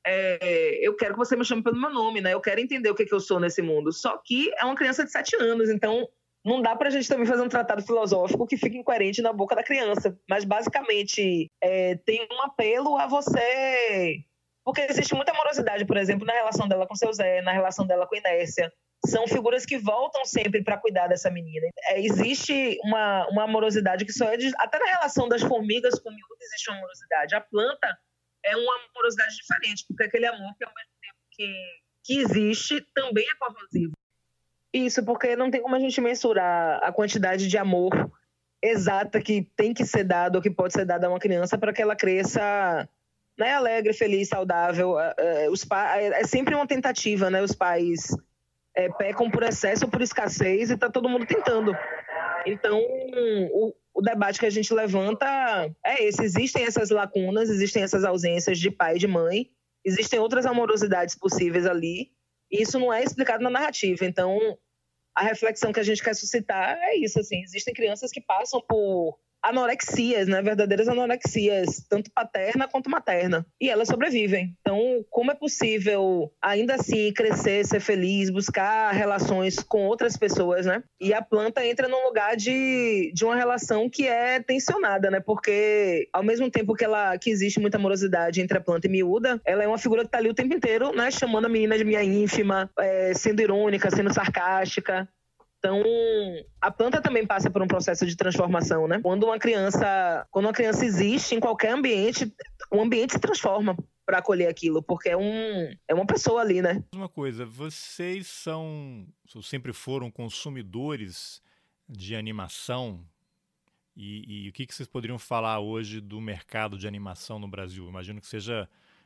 É, eu quero que você me chame pelo meu nome, né? Eu quero entender o que, que eu sou nesse mundo. Só que é uma criança de sete anos, então não dá pra gente também fazer um tratado filosófico que fique incoerente na boca da criança. Mas, basicamente, é, tem um apelo a você... Porque existe muita amorosidade, por exemplo, na relação dela com seu Zé, na relação dela com Inércia. São figuras que voltam sempre para cuidar dessa menina. É, existe uma, uma amorosidade que só é... De, até na relação das formigas com o miúdo existe uma amorosidade. A planta é uma amorosidade diferente, porque aquele amor que ao mesmo tempo que, que existe também é corrosivo. Isso, porque não tem como a gente mensurar a quantidade de amor exata que tem que ser dado ou que pode ser dado a uma criança para que ela cresça, né, alegre, feliz, saudável. É, os pa... é sempre uma tentativa, né? Os pais... É, pecam por excesso ou por escassez e está todo mundo tentando. Então, o, o debate que a gente levanta é esse. Existem essas lacunas, existem essas ausências de pai e de mãe, existem outras amorosidades possíveis ali, e isso não é explicado na narrativa. Então, a reflexão que a gente quer suscitar é isso, assim. Existem crianças que passam por anorexias, né? Verdadeiras anorexias, tanto paterna quanto materna. E elas sobrevivem. Então, como é possível, ainda assim, crescer, ser feliz, buscar relações com outras pessoas, né? E a planta entra num lugar de, de uma relação que é tensionada, né? Porque, ao mesmo tempo que, ela, que existe muita amorosidade entre a planta e miúda, ela é uma figura que tá ali o tempo inteiro, né? Chamando a menina de minha ínfima, é, sendo irônica, sendo sarcástica. Então, a planta também passa por um processo de transformação, né? Quando uma criança, quando uma criança existe em qualquer ambiente, o ambiente se transforma para acolher aquilo, porque é, um, é uma pessoa ali, né? Uma coisa, vocês são, sempre foram consumidores de animação e, e o que, que vocês poderiam falar hoje do mercado de animação no Brasil? Imagino que seja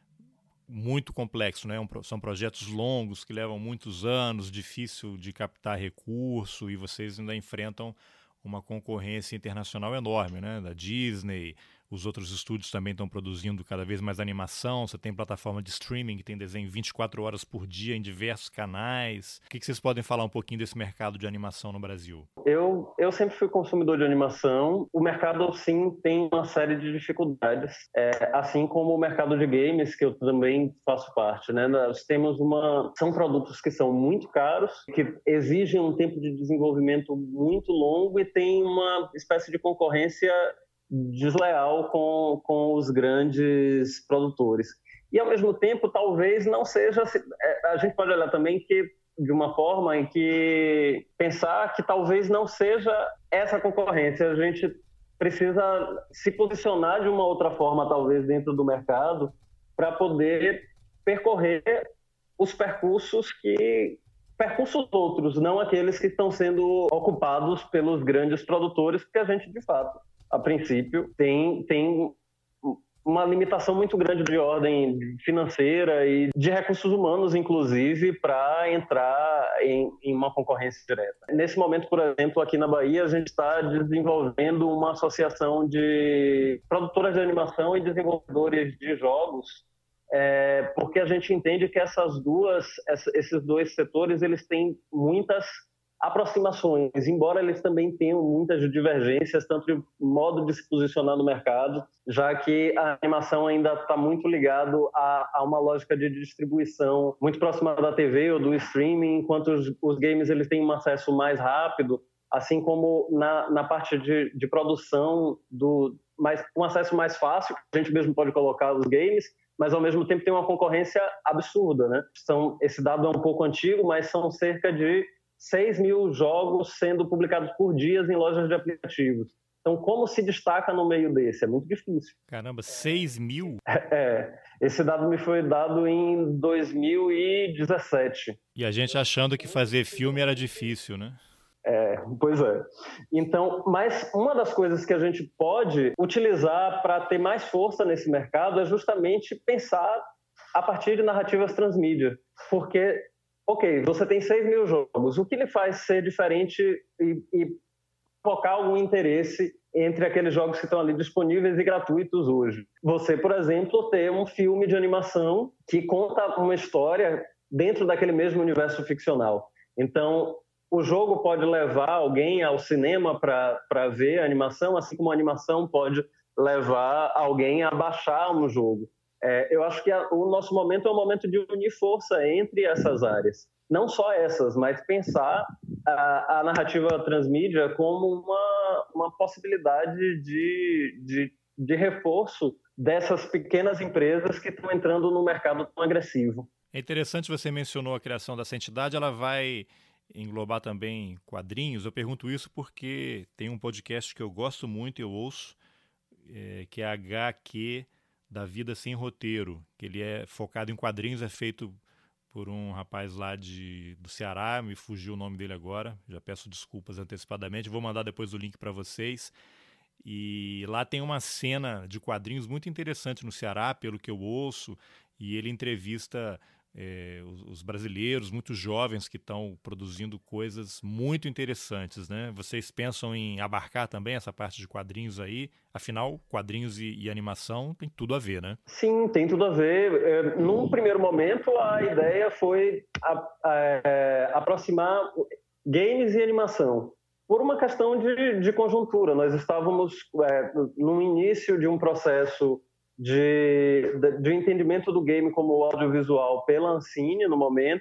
muito complexo, né? Um, são projetos longos que levam muitos anos, difícil de captar recurso e vocês ainda enfrentam uma concorrência internacional enorme, né? Da Disney, os outros estúdios também estão produzindo cada vez mais animação, você tem plataforma de streaming que tem desenho vinte e quatro horas por dia em diversos canais. O que, que vocês podem falar um pouquinho desse mercado de animação no Brasil? Eu, eu sempre fui consumidor de animação. O mercado, sim, tem uma série de dificuldades, é, assim como o mercado de games, que eu também faço parte, né? Nós temos uma... São produtos que são muito caros, que exigem um tempo de desenvolvimento muito longo e tem uma espécie de concorrência desleal com, com os grandes produtores. E, ao mesmo tempo, talvez não seja... A gente pode olhar também que, de uma forma em que pensar que talvez não seja essa concorrência. A gente precisa se posicionar de uma outra forma, talvez, dentro do mercado, para poder percorrer os percursos que... percursos outros, não aqueles que estão sendo ocupados pelos grandes produtores, porque a gente, de fato, a princípio, tem, tem uma limitação muito grande de ordem financeira e de recursos humanos, inclusive, para entrar em, em uma concorrência direta. Nesse momento, por exemplo, aqui na Bahia, a gente está desenvolvendo uma associação de produtoras de animação e desenvolvedores de jogos, é, porque a gente entende que essas duas, esses dois setores, eles têm muitas aproximações, embora eles também tenham muitas divergências, tanto de modo de se posicionar no mercado, já que a animação ainda está muito ligado a, a uma lógica de distribuição muito próxima da T V ou do streaming, enquanto os, os games eles têm um acesso mais rápido, assim como na, na parte de, de produção, do, mais, um acesso mais fácil, a gente mesmo pode colocar os games, mas ao mesmo tempo tem uma concorrência absurda, né? São, esse dado é um pouco antigo, mas são cerca de seis mil jogos sendo publicados por dia em lojas de aplicativos. Então, como se destaca no meio desse? É muito difícil. Caramba, seis mil? É, esse dado me foi dado em dois mil e dezessete. E a gente achando que fazer filme era difícil, né? É, pois é. Então, mas uma das coisas que a gente pode utilizar para ter mais força nesse mercado é justamente pensar a partir de narrativas transmídia. Porque, ok, você tem seis mil jogos, o que lhe faz ser diferente e, e focar algum interesse entre aqueles jogos que estão ali disponíveis e gratuitos hoje? Você, por exemplo, ter um filme de animação que conta uma história dentro daquele mesmo universo ficcional. Então, o jogo pode levar alguém ao cinema para ver a animação, assim como a animação pode levar alguém a baixar um jogo. É, eu acho que a, o nosso momento é um momento de unir força entre essas áreas. Não só essas, mas pensar a, a narrativa transmídia como uma, uma possibilidade de, de, de reforço dessas pequenas empresas que estão entrando no mercado tão agressivo. É interessante, você mencionou a criação dessa entidade, ela vai englobar também quadrinhos. Eu pergunto isso porque tem um podcast que eu gosto muito, eu ouço, é, que é H Q da Vida Sem Roteiro, que ele é focado em quadrinhos, é feito por um rapaz lá de, do Ceará, me fugiu o nome dele agora, já peço desculpas antecipadamente, vou mandar depois o link para vocês. E lá tem uma cena de quadrinhos muito interessante no Ceará, pelo que eu ouço, e ele entrevista é, os, os brasileiros, muito jovens que estão produzindo coisas muito interessantes, né? Vocês pensam em abarcar também essa parte de quadrinhos aí? Afinal, quadrinhos e, e animação tem tudo a ver, né? Sim, tem tudo a ver. É, num primeiro momento, a ideia foi a, a, a, aproximar games e animação. Por uma questão de, de conjuntura, nós estávamos é, no início de um processo de, de, de entendimento do game como audiovisual pela Ancine, no momento,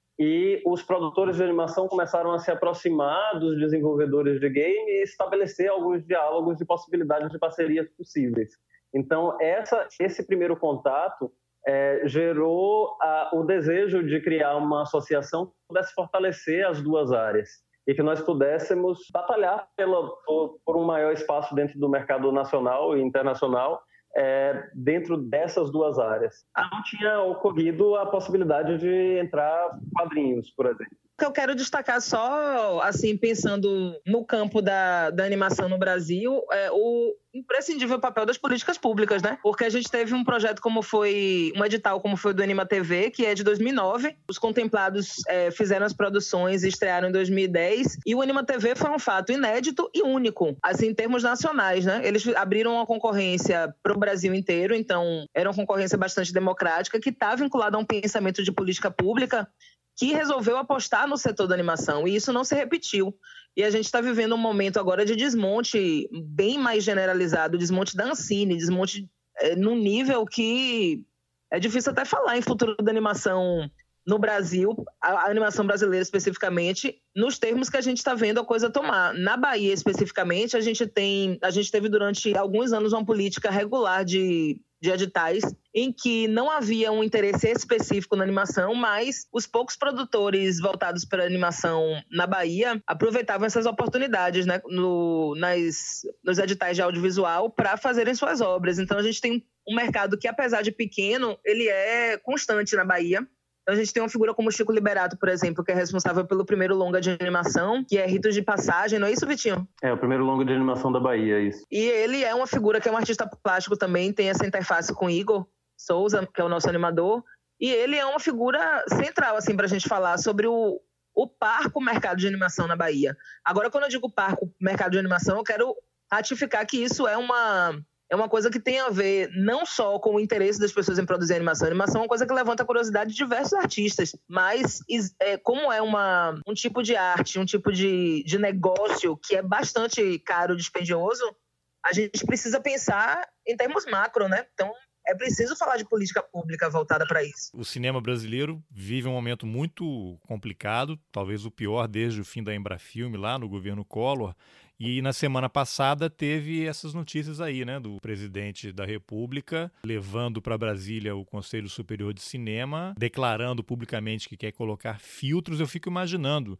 e os produtores de animação começaram a se aproximar dos desenvolvedores de game e estabelecer alguns diálogos e possibilidades de parcerias possíveis. Então, essa, esse primeiro contato é, gerou a, o desejo de criar uma associação que pudesse fortalecer as duas áreas e que nós pudéssemos batalhar pela, por, por um maior espaço dentro do mercado nacional e internacional, é, dentro dessas duas áreas. Não tinha ocorrido a possibilidade de entrar quadrinhos, por exemplo. O que eu quero destacar só, assim, pensando no campo da, da animação no Brasil, é o imprescindível papel das políticas públicas, né? Porque a gente teve um projeto como foi, um edital como foi o do Anima T V, que é de dois mil e nove. Os contemplados é, fizeram as produções e estrearam em dois mil e dez. E o Anima T V foi um fato inédito e único, assim, em termos nacionais, né? Eles abriram uma concorrência para o Brasil inteiro, então era uma concorrência bastante democrática, que está vinculada a um pensamento de política pública que resolveu apostar no setor da animação, e isso não se repetiu. E a gente está vivendo um momento agora de desmonte bem mais generalizado, desmonte da Ancine, desmonte é, num nível que é difícil até falar em futuro da animação no Brasil, a, a animação brasileira especificamente, nos termos que a gente está vendo a coisa tomar. Na Bahia, especificamente, a gente, tem, a gente teve durante alguns anos uma política regular de... de editais, em que não havia um interesse específico na animação, mas os poucos produtores voltados para a animação na Bahia aproveitavam essas oportunidades, né, no, nas, nos editais de audiovisual para fazerem suas obras. Então a gente tem um mercado que, apesar de pequeno, ele é constante na Bahia. Então, a gente tem uma figura como Chico Liberato, por exemplo, que é responsável pelo primeiro longa de animação, que é Ritos de Passagem, não é isso, Vitinho? É, o primeiro longa de animação da Bahia, isso. E ele é uma figura que é um artista plástico também, tem essa interface com Igor Souza, que é o nosso animador, e ele é uma figura central, assim, pra gente falar sobre o, o parco mercado de animação na Bahia. Agora, quando eu digo parco mercado de animação, eu quero ratificar que isso é uma... é uma coisa que tem a ver não só com o interesse das pessoas em produzir animação. A animação é uma coisa que levanta a curiosidade de diversos artistas, mas é, como é uma, um tipo de arte, um tipo de, de negócio que é bastante caro, dispendioso, a gente precisa pensar em termos macro, né? Então, é preciso falar de política pública voltada para isso. O cinema brasileiro vive um momento muito complicado, talvez o pior desde o fim da Embrafilme, lá no governo Collor. E na semana passada teve essas notícias aí, né, do presidente da República levando para Brasília o Conselho Superior de Cinema, declarando publicamente que quer colocar filtros. Eu fico imaginando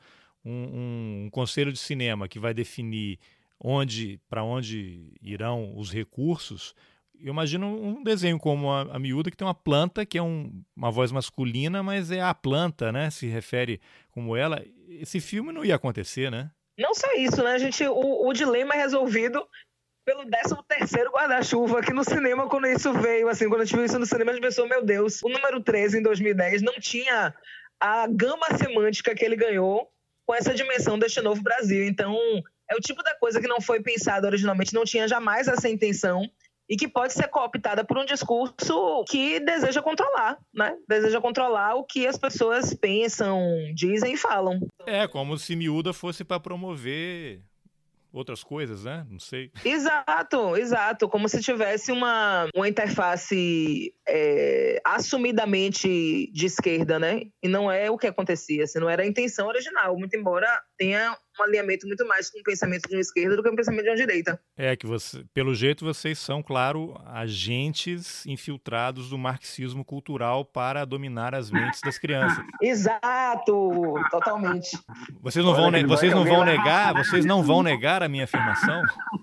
um, um, um conselho de cinema que vai definir onde, para onde irão os recursos, eu imagino um desenho como a, a Miúda, que tem uma planta, que é um, uma voz masculina, mas é a planta, né? Se refere como ela. Esse filme não ia acontecer, né? Não só isso, né? A gente, o, o dilema é resolvido pelo décimo terceiro guarda-chuva aqui no cinema, quando isso veio, assim, quando a gente viu isso no cinema, a gente pensou, meu Deus, o número treze em dois mil e dez não tinha a gama semântica que ele ganhou com essa dimensão deste novo Brasil. Então, é o tipo da coisa que não foi pensada originalmente, não tinha jamais essa intenção, e que pode ser cooptada por um discurso que deseja controlar, né? Deseja controlar o que as pessoas pensam, dizem e falam. É, como se Miúda fosse para promover outras coisas, né? Não sei. Exato, exato. Como se tivesse uma, uma interface é, assumidamente de esquerda, né? E não é o que acontecia, assim, não era a intenção original, muito embora tenha um alinhamento muito mais com o pensamento de uma esquerda do que o pensamento de uma direita. É que, você, pelo jeito, vocês são, claro, agentes infiltrados do marxismo cultural para dominar as mentes das crianças. Exato, totalmente. Vocês não vão, ne- vocês não vão negar, vocês não vão negar a minha afirmação?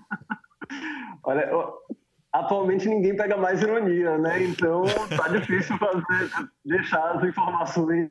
Olha, eu, atualmente ninguém pega mais ironia, né? Então tá difícil fazer, deixar as informações.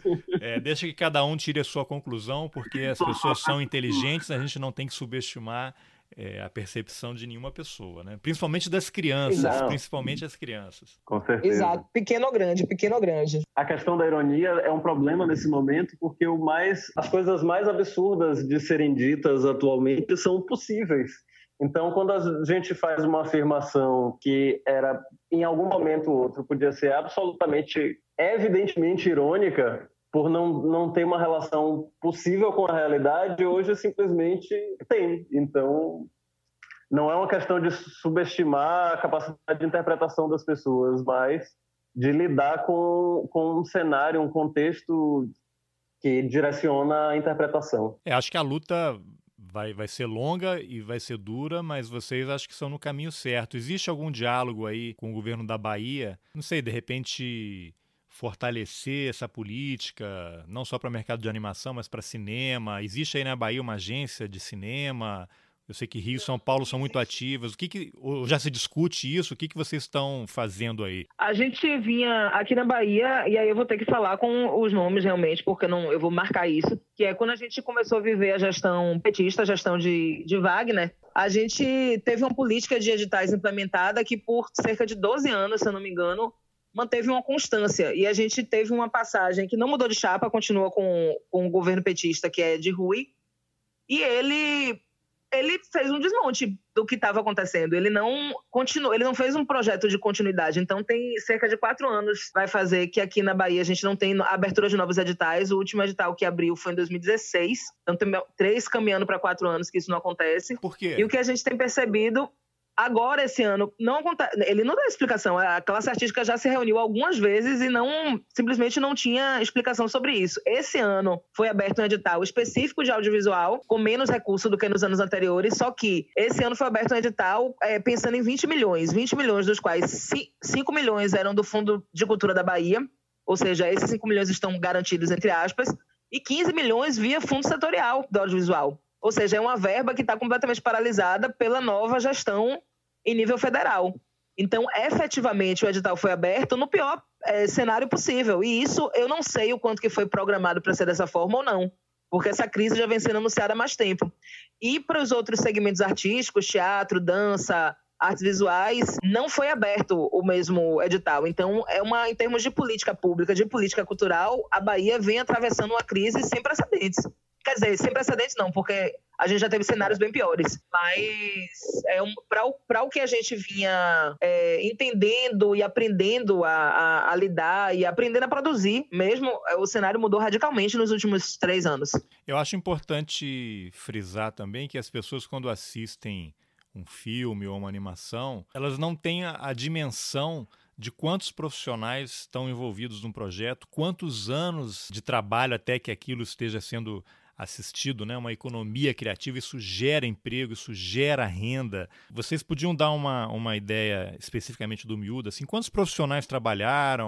É, deixa que cada um tire a sua conclusão, porque as pessoas são inteligentes, a gente não tem que subestimar é, a percepção de nenhuma pessoa, né? Principalmente das crianças, Exato. principalmente as crianças. Com certeza. Exato, pequeno ou grande, pequeno ou grande. A questão da ironia é um problema nesse momento, porque o mais, as coisas mais absurdas de serem ditas atualmente são possíveis. Então, quando a gente faz uma afirmação que era, em algum momento ou outro, podia ser absolutamente, evidentemente irônica, por não, não ter uma relação possível com a realidade, hoje simplesmente tem. Então, não é uma questão de subestimar a capacidade de interpretação das pessoas, mas de lidar com, com um cenário, um contexto que direciona a interpretação. É, acho que a luta vai, vai ser longa e vai ser dura, mas vocês acho que estão no caminho certo. Existe algum diálogo aí com o governo da Bahia? Não sei, de repente fortalecer essa política, não só para o mercado de animação, mas para cinema? Existe aí na Bahia uma agência de cinema? Eu sei que Rio e São Paulo são muito ativas. O que que, ou já se discute isso? O que que vocês estão fazendo aí? A gente vinha aqui na Bahia, e aí eu vou ter que falar com os nomes realmente, porque não, eu vou marcar isso, que é quando a gente começou a viver a gestão petista, a gestão de, de Wagner, a gente teve uma política de editais implementada que por cerca de doze anos, se eu não me engano, manteve uma constância. E a gente teve uma passagem que não mudou de chapa, continua com, com o governo petista, que é de Rui, e ele... ele fez um desmonte do que estava acontecendo. Ele não continuou, ele não fez um projeto de continuidade. Então, tem cerca de quatro anos vai fazer que aqui na Bahia a gente não tem abertura de novos editais. O último edital que abriu foi em dois mil e dezesseis. Então, tem três caminhando para quatro anos que isso não acontece. Por quê? E o que a gente tem percebido... Agora, esse ano, não acontece, ele não dá explicação. A classe artística já se reuniu algumas vezes e não, simplesmente não tinha explicação sobre isso. Esse ano foi aberto um edital específico de audiovisual, com menos recurso do que nos anos anteriores, só que esse ano foi aberto um edital é, pensando em vinte milhões. vinte milhões, dos quais cinco milhões eram do Fundo de Cultura da Bahia, ou seja, esses cinco milhões estão garantidos, entre aspas, e quinze milhões via Fundo Setorial do Audiovisual. Ou seja, é uma verba que está completamente paralisada pela nova gestão em nível federal. Então, efetivamente, o edital foi aberto no pior é, cenário possível. E isso, eu não sei o quanto que foi programado para ser dessa forma ou não, porque essa crise já vem sendo anunciada há mais tempo. E para os outros segmentos artísticos, teatro, dança, artes visuais, não foi aberto o mesmo edital. Então, é uma, em termos de política pública, de política cultural, a Bahia vem atravessando uma crise sem precedentes. Quer dizer, sem precedentes não, porque a gente já teve cenários bem piores. Mas é um, para o que a gente vinha é, entendendo e aprendendo a, a, a lidar e aprendendo a produzir mesmo, o cenário mudou radicalmente nos últimos três anos. Eu acho importante frisar também que as pessoas, quando assistem um filme ou uma animação, elas não têm a, a dimensão de quantos profissionais estão envolvidos num projeto, quantos anos de trabalho até que aquilo esteja sendo assistido, né? Uma economia criativa, isso gera emprego, isso gera renda. Vocês podiam dar uma, uma ideia especificamente do Miúda, assim, quantos profissionais trabalharam,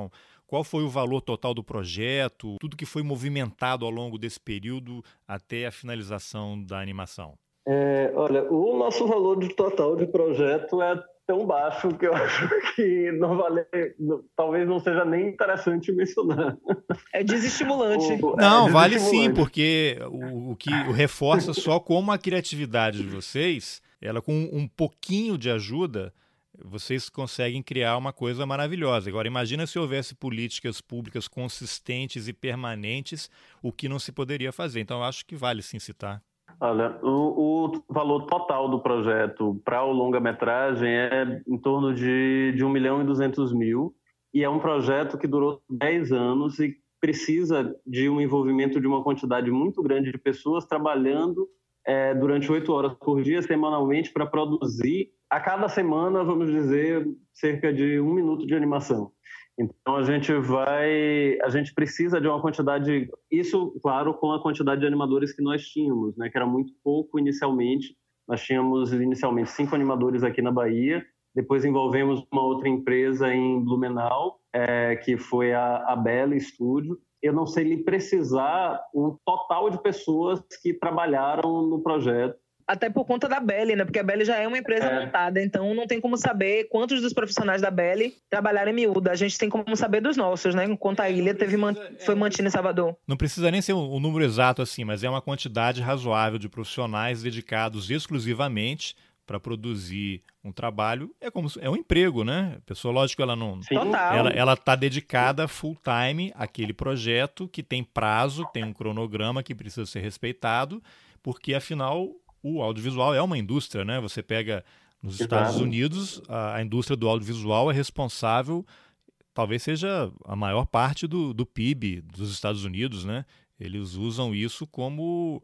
Qual foi o valor total do projeto? Tudo que foi movimentado ao longo desse período até a finalização da animação? É, olha, o nosso valor de total de projeto é tão baixo que eu acho que não vale, talvez não seja nem interessante mencionar. É desestimulante. O, não, é vale desestimulante. sim, porque o, o que o reforça só como a criatividade de vocês, ela com um pouquinho de ajuda, vocês conseguem criar uma coisa maravilhosa. Agora, imagina se houvesse políticas públicas consistentes e permanentes, o que não se poderia fazer. Então, eu acho que vale sim citar. Olha, o, o valor total do projeto para o longa-metragem é em torno de, de um milhão e duzentos mil, e é um projeto que durou dez anos e precisa de um envolvimento de uma quantidade muito grande de pessoas trabalhando é, durante oito horas por dia, semanalmente, para produzir, a cada semana, vamos dizer, cerca de um minuto de animação. Então a gente vai, a gente precisa de uma quantidade, isso, claro, com a quantidade de animadores que nós tínhamos, né, que era muito pouco inicialmente. Nós tínhamos inicialmente cinco animadores aqui na Bahia, depois envolvemos uma outra empresa em Blumenau, é, que foi a, a Bela Studio. Eu não sei lhe precisar o total de pessoas que trabalharam no projeto. Até por conta da Belly, né? Porque a Belly já é uma empresa é. montada, então não tem como saber quantos dos profissionais da Belly trabalharam em miúda. A gente tem como saber dos nossos, né? Enquanto a ilha teve man... foi mantida em Salvador. Não precisa nem ser um número exato assim, mas é uma quantidade razoável de profissionais dedicados exclusivamente para produzir um trabalho. É como é um emprego, né? A pessoa, lógico, ela não... Total. Ela ela está dedicada full time àquele projeto que tem prazo, tem um cronograma que precisa ser respeitado, porque afinal... O audiovisual é uma indústria, né? Você pega nos Estados Unidos, a, a indústria do audiovisual é responsável, talvez seja a maior parte do, do P I B dos Estados Unidos, né? Eles usam isso como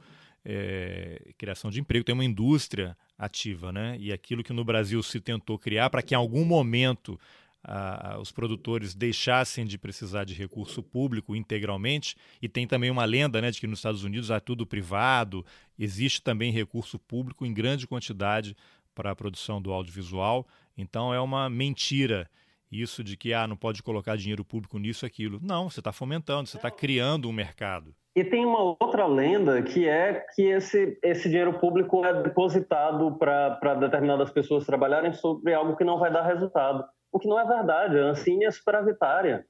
é, criação de emprego, tem uma indústria ativa, né? E aquilo que no Brasil se tentou criar para que em algum momento a, os produtores deixassem de precisar de recurso público integralmente, e tem também uma lenda, né, de que nos Estados Unidos é tudo privado, existe também recurso público em grande quantidade para a produção do audiovisual, então é uma mentira isso de que ah, não pode colocar dinheiro público nisso, aquilo. Não, você está fomentando, você está criando um mercado. E tem uma outra lenda que é que esse, esse dinheiro público é depositado para determinadas pessoas trabalharem sobre algo que não vai dar resultado. O que não é verdade, a Ancine é superavitária.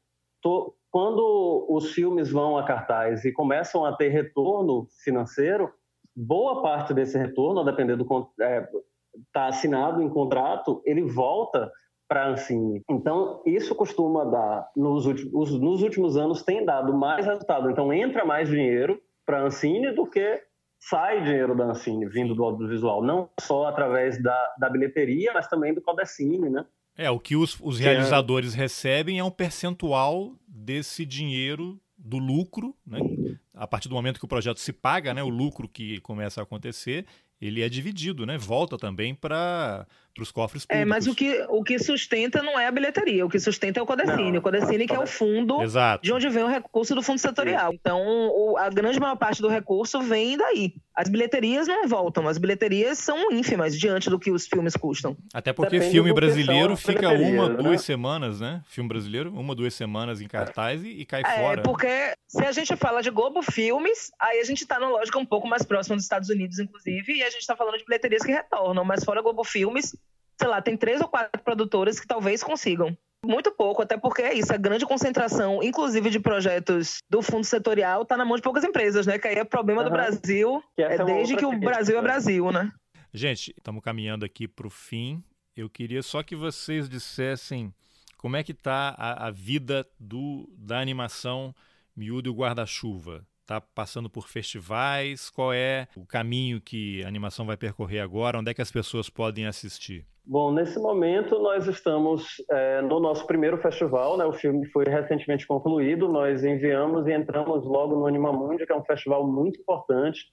Quando os filmes vão a cartaz e começam a ter retorno financeiro, boa parte desse retorno, a depender do é, tá assinado em contrato, ele volta para a Ancine. Então, isso costuma dar, nos últimos, nos últimos anos, tem dado mais resultado. Então, entra mais dinheiro para a Ancine do que sai dinheiro da Ancine, vindo do audiovisual. Não só através da, da bilheteria, mas também do Codecine, né? É, o que os, os realizadores é... recebem é um percentual desse dinheiro do lucro, né? A partir do momento que o projeto se paga, né, o lucro que começa a acontecer, ele é dividido, né? Volta também para os cofres públicos. É, mas o que, o que sustenta não é a bilheteria, o que sustenta é o Codecine. Não, o Codecine que é o fundo Exato. de onde vem o recurso do fundo setorial. Sim. Então, o, a grande maior parte do recurso vem daí. As bilheterias não voltam, as bilheterias são ínfimas diante do que os filmes custam. Até porque Depende filme brasileiro fica uma, né? duas semanas, né? Filme brasileiro, uma, duas semanas em cartaz e, e cai é, fora. É, porque se a gente fala de Globo Filmes, aí a gente tá numa lógica um pouco mais próxima dos Estados Unidos, inclusive, e a gente tá falando de bilheterias que retornam, mas fora Globo Filmes, sei lá, tem três ou quatro produtoras que talvez consigam. Muito pouco, até porque é isso, a grande concentração, inclusive de projetos do fundo setorial, está na mão de poucas empresas, né? Que aí é problema uhum. do Brasil, que é desde que o Brasil é Brasil, né? Gente, estamos caminhando aqui para o fim. Eu queria só que vocês dissessem como é que está a, a vida do, da animação Miúdo e o Guarda-Chuva. Está passando por festivais? Qual é o caminho que a animação vai percorrer agora? Onde é que as pessoas podem assistir? Bom, nesse momento nós estamos é, no nosso primeiro festival, né? O filme foi recentemente concluído, nós enviamos e entramos logo no Animamundi, que é um festival muito importante.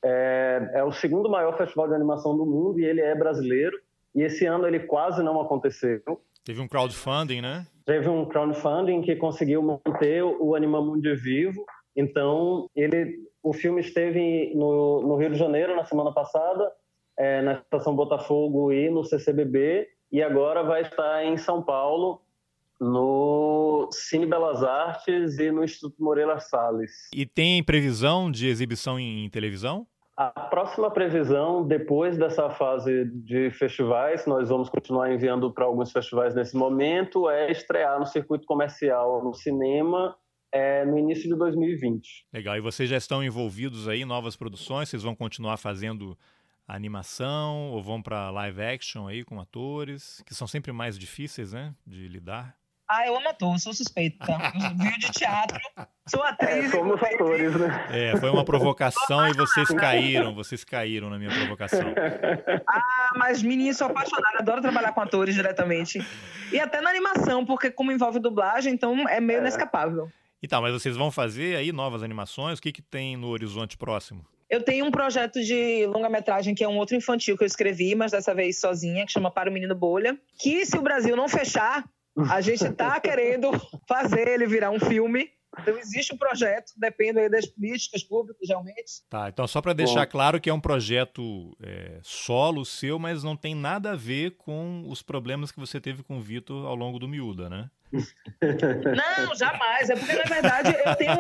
É, é o segundo maior festival de animação do mundo e ele é brasileiro. E esse ano ele quase não aconteceu. Teve um crowdfunding, né? Teve um crowdfunding que conseguiu manter o Animamundi vivo. Então, ele, o filme esteve no, no Rio de Janeiro na semana passada, é, na Estação Botafogo e no C C B B, e agora vai estar em São Paulo, no, no Cine Belas Artes e no Instituto Moreira Salles. E tem previsão de exibição em televisão? A próxima previsão, depois dessa fase de festivais, nós vamos continuar enviando para alguns festivais nesse momento, é estrear no circuito comercial no cinema é, no início de dois mil e vinte. Legal. E vocês já estão envolvidos aí em novas produções? Vocês vão continuar fazendo animação ou vão para live action aí com atores, que são sempre mais difíceis, né, de lidar? Ah, eu amo ator, sou suspeita. Eu vivo de teatro, sou atriz. É, somos atores, né? É, foi uma provocação e vocês caíram, vocês caíram na minha provocação. Ah, mas menino, sou apaixonada, adoro trabalhar com atores diretamente. E até na animação, porque como envolve dublagem, então é meio é. inescapável. Então, mas vocês vão fazer aí novas animações? O que, que tem no horizonte próximo? Eu tenho um projeto de longa-metragem que é um outro infantil que eu escrevi, mas dessa vez sozinha, que chama Para o Menino Bolha, que se o Brasil não fechar, a gente tá querendo fazer ele virar um filme. Então existe um projeto, depende aí das políticas públicas, realmente. Tá, então só para deixar Bom. claro que é um projeto é, solo seu, mas não tem nada a ver com os problemas que você teve com o Vitor ao longo do Miúda, né? Não, jamais. É porque, na verdade, eu tenho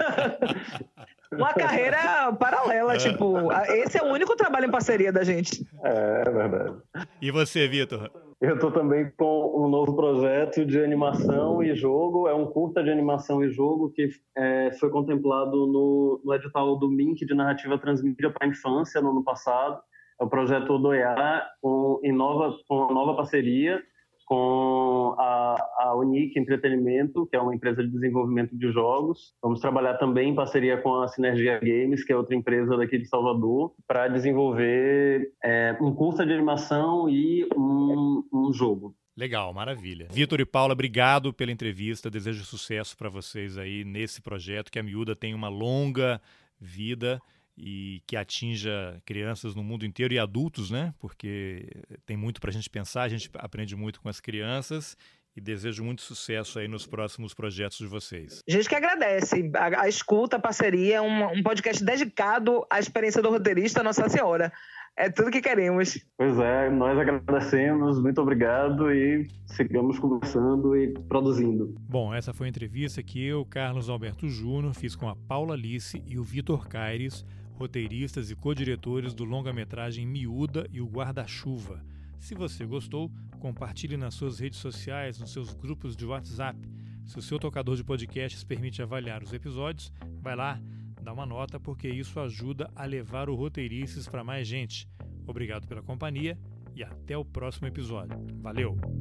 uma carreira paralela. É. Tipo, esse é o único trabalho em parceria da gente. É, é verdade. E você, Vitor? Eu estou também com um novo projeto de animação e jogo. É um curta de animação e jogo que é, foi contemplado no, no edital do M I N C de Narrativa Transmídia para a Infância no ano passado. É o projeto Odoiá, com, em nova, com uma nova parceria com a, a Unique Entretenimento, que é uma empresa de desenvolvimento de jogos. Vamos trabalhar também em parceria com a Sinergia Games, que é outra empresa daqui de Salvador, para desenvolver é, um curta de animação e um, um jogo. Legal, maravilha. Vitor e Paula, obrigado pela entrevista. Desejo sucesso para vocês aí nesse projeto, que a Miúda tem uma longa vida e que atinja crianças no mundo inteiro e adultos, né? Porque tem muito para a gente pensar, a gente aprende muito com as crianças e desejo muito sucesso aí nos próximos projetos de vocês. A gente que agradece. A, a escuta, a parceria, é um, um podcast dedicado à experiência do roteirista Nossa Senhora. É tudo que queremos. Pois é, nós agradecemos, muito obrigado e sigamos conversando e produzindo. Bom, essa foi a entrevista que eu, Carlos Alberto Júnior, fiz com a Paula Alice e o Vitor Caires, roteiristas e co-diretores do longa-metragem Miúda e o Guarda-Chuva. Se você gostou, compartilhe nas suas redes sociais, nos seus grupos de WhatsApp. Se o seu tocador de podcasts permite avaliar os episódios, vai lá, dá uma nota, porque isso ajuda a levar o Roteirices para mais gente. Obrigado pela companhia e até o próximo episódio. Valeu!